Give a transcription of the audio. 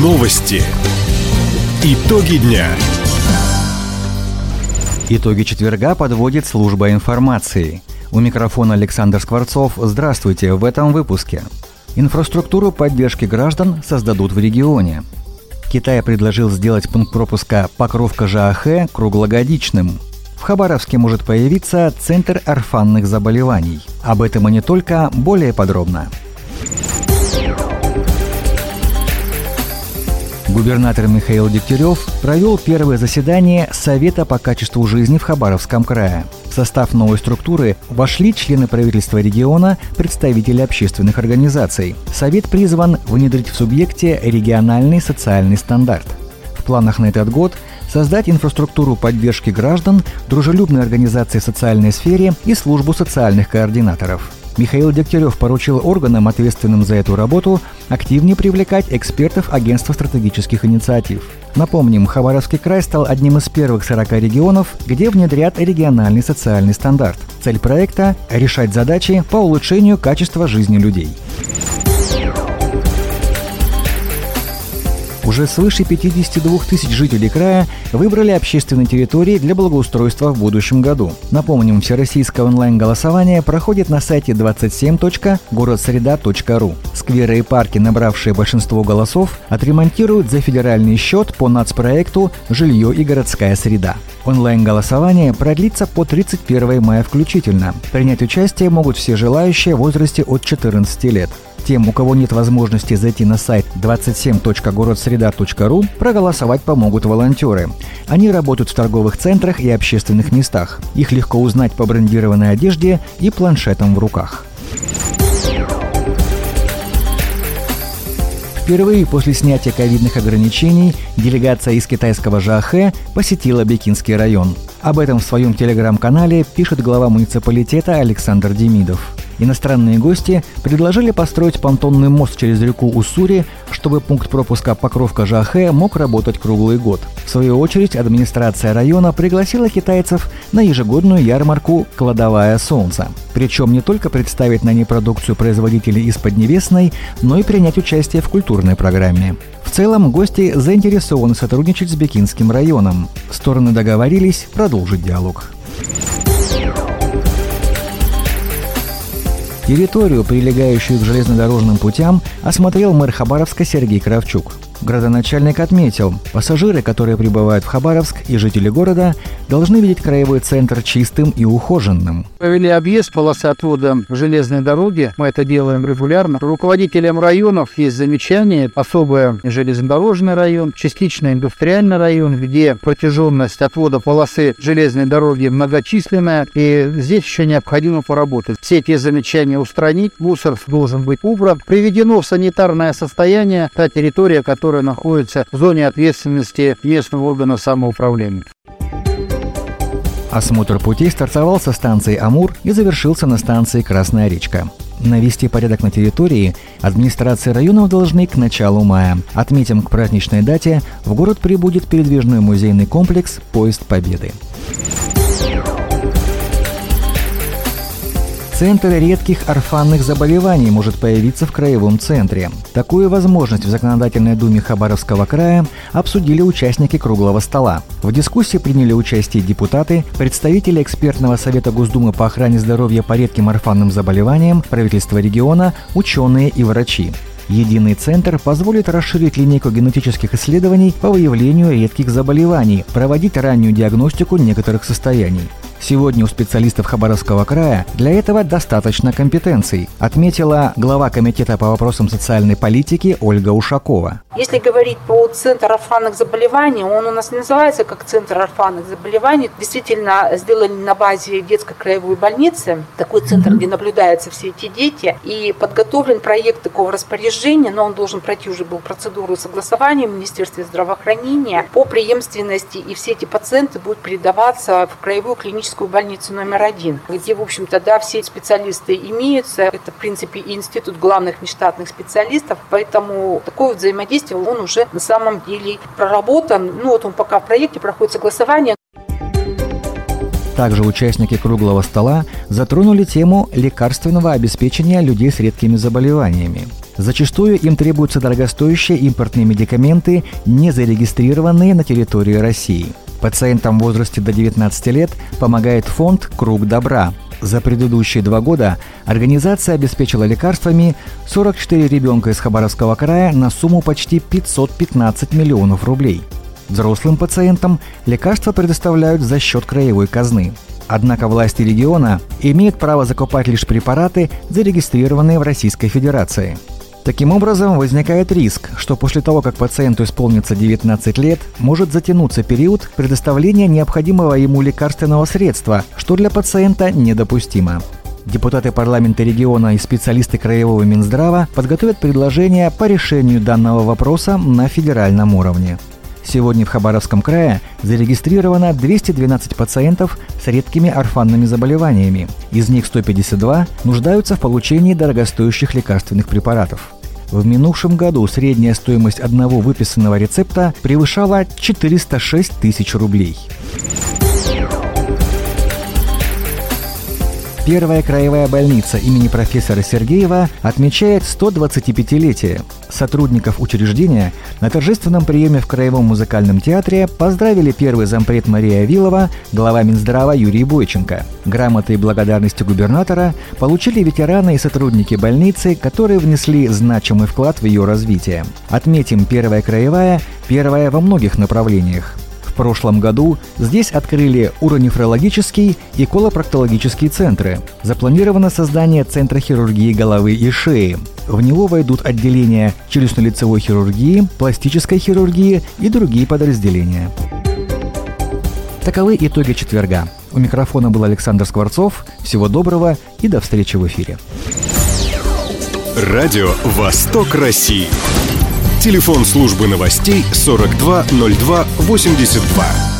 Новости. Итоги дня. Итоги четверга подводит служба информации. У микрофона Александр Скворцов. Здравствуйте в этом выпуске. Инфраструктуру поддержки граждан создадут в регионе. Китай предложил сделать пункт пропуска Покровка-Жаахэ круглогодичным. В Хабаровске может появиться Центр орфанных заболеваний. Об этом и не только, более подробно. Губернатор Михаил Дегтярев провел первое заседание Совета по качеству жизни в Хабаровском крае. В состав новой структуры вошли члены правительства региона, представители общественных организаций. Совет призван внедрить в субъекте региональный социальный стандарт. В планах на этот год создать инфраструктуру поддержки граждан, дружелюбные организации в социальной сфере и службу социальных координаторов. Михаил Дегтярев поручил органам, ответственным за эту работу, активнее привлекать экспертов Агентства стратегических инициатив. Напомним, Хабаровский край стал одним из первых 40 регионов, где внедрят региональный социальный стандарт. Цель проекта – решать задачи по улучшению качества жизни людей. Уже свыше 52 тысяч жителей края выбрали общественные территории для благоустройства в будущем году. Напомним, всероссийское онлайн-голосование проходит на сайте 27.городсреда.ру. Скверы и парки, набравшие большинство голосов, отремонтируют за федеральный счет по нацпроекту «Жилье и городская среда». Онлайн-голосование продлится по 31 мая включительно. Принять участие могут все желающие в возрасте от 14 лет. Тем, у кого нет возможности зайти на сайт 27.городсреда.ру, проголосовать помогут волонтеры. Они работают в торговых центрах и общественных местах. Их легко узнать по брендированной одежде и планшетам в руках. Впервые после снятия ковидных ограничений делегация из китайского Жаахэ посетила Бекинский район. Об этом в своем телеграм-канале пишет глава муниципалитета Александр Демидов. Иностранные гости предложили построить понтонный мост через реку Уссури, чтобы пункт пропуска Покровка-Жаахэ мог работать круглый год. В свою очередь, администрация района пригласила китайцев на ежегодную ярмарку «Кладовая солнца». Причем не только представить на ней продукцию производителей из Поднебесной, но и принять участие в культурной программе. В целом, гости заинтересованы сотрудничать с Бекинским районом. Стороны договорились продолжить диалог. Территорию, прилегающую к железнодорожным путям, осмотрел мэр Хабаровска Сергей Кравчук. Градоначальник отметил, пассажиры, которые прибывают в Хабаровск, и жители города должны видеть краевой центр чистым и ухоженным. Провели объезд полосы отвода железной дороги. Мы это делаем регулярно. Руководителям районов есть замечания. Особо железнодорожный район, частично индустриальный район, где протяженность отвода полосы железной дороги многочисленная. И здесь еще необходимо поработать. Все эти замечания устранить. Мусор должен быть убран. Приведено в санитарное состояние та территория, которая находится в зоне ответственности местного органа самоуправления. Осмотр путей стартовал со станции Амур и завершился на станции Красная речка. Навести порядок на территории администрации районов должны к началу мая. Отметим, к праздничной дате в город прибудет передвижной музейный комплекс «Поезд Победы». Центр редких орфанных заболеваний может появиться в краевом центре. Такую возможность в Законодательной думе Хабаровского края обсудили участники круглого стола. В дискуссии приняли участие депутаты, представители экспертного совета Госдумы по охране здоровья по редким орфанным заболеваниям, правительство региона, ученые и врачи. Единый центр позволит расширить линейку генетических исследований по выявлению редких заболеваний, проводить раннюю диагностику некоторых состояний. Сегодня у специалистов Хабаровского края для этого достаточно компетенций, отметила глава комитета по вопросам социальной политики Ольга Ушакова. Если говорить по Центру орфанных заболеваний, он у нас не называется как Центр орфанных заболеваний. Действительно, сделали на базе детской краевой больницы такой центр, где наблюдаются все эти дети. И подготовлен проект такого распоряжения, но он должен пройти уже был процедуру согласования в Министерстве здравоохранения по преемственности. И все эти пациенты будут передаваться в краевую клиническую больницу номер 1, где, в общем-то, да, все специалисты имеются. Это, в принципе, и институт главных нештатных специалистов. Поэтому такое взаимодействие, он уже на самом деле проработан. Он пока в проекте проходит согласование. Также участники круглого стола затронули тему лекарственного обеспечения людей с редкими заболеваниями. Зачастую им требуются дорогостоящие импортные медикаменты, не зарегистрированные на территории России. Пациентам в возрасте до 19 лет помогает фонд «Круг добра». За предыдущие 2 года организация обеспечила лекарствами 44 ребенка из Хабаровского края на сумму почти 515 миллионов рублей. Взрослым пациентам лекарства предоставляют за счет краевой казны. Однако власти региона имеют право закупать лишь препараты, зарегистрированные в Российской Федерации. Таким образом, возникает риск, что после того, как пациенту исполнится 19 лет, может затянуться период предоставления необходимого ему лекарственного средства, что для пациента недопустимо. Депутаты парламента региона и специалисты краевого Минздрава подготовят предложения по решению данного вопроса на федеральном уровне. Сегодня в Хабаровском крае зарегистрировано 212 пациентов с редкими орфанными заболеваниями. Из них 152 нуждаются в получении дорогостоящих лекарственных препаратов. В минувшем году средняя стоимость одного выписанного рецепта превышала 406 тысяч рублей. Первая краевая больница имени профессора Сергеева отмечает 125-летие. Сотрудников учреждения на торжественном приеме в Краевом музыкальном театре поздравили первый зампред Мария Авилова, глава Минздрава Юрий Бойченко. Грамоты и благодарности губернатора получили ветераны и сотрудники больницы, которые внесли значимый вклад в ее развитие. Отметим, первая краевая – первая во многих направлениях. В прошлом году здесь открыли уронефрологический и колопроктологический центры. Запланировано создание центра хирургии головы и шеи. В него войдут отделения челюстно-лицевой хирургии, пластической хирургии и другие подразделения. Таковы итоги четверга. У микрофона был Александр Скворцов. Всего доброго и до встречи в эфире. Радио «Восток России». Телефон службы новостей 420282.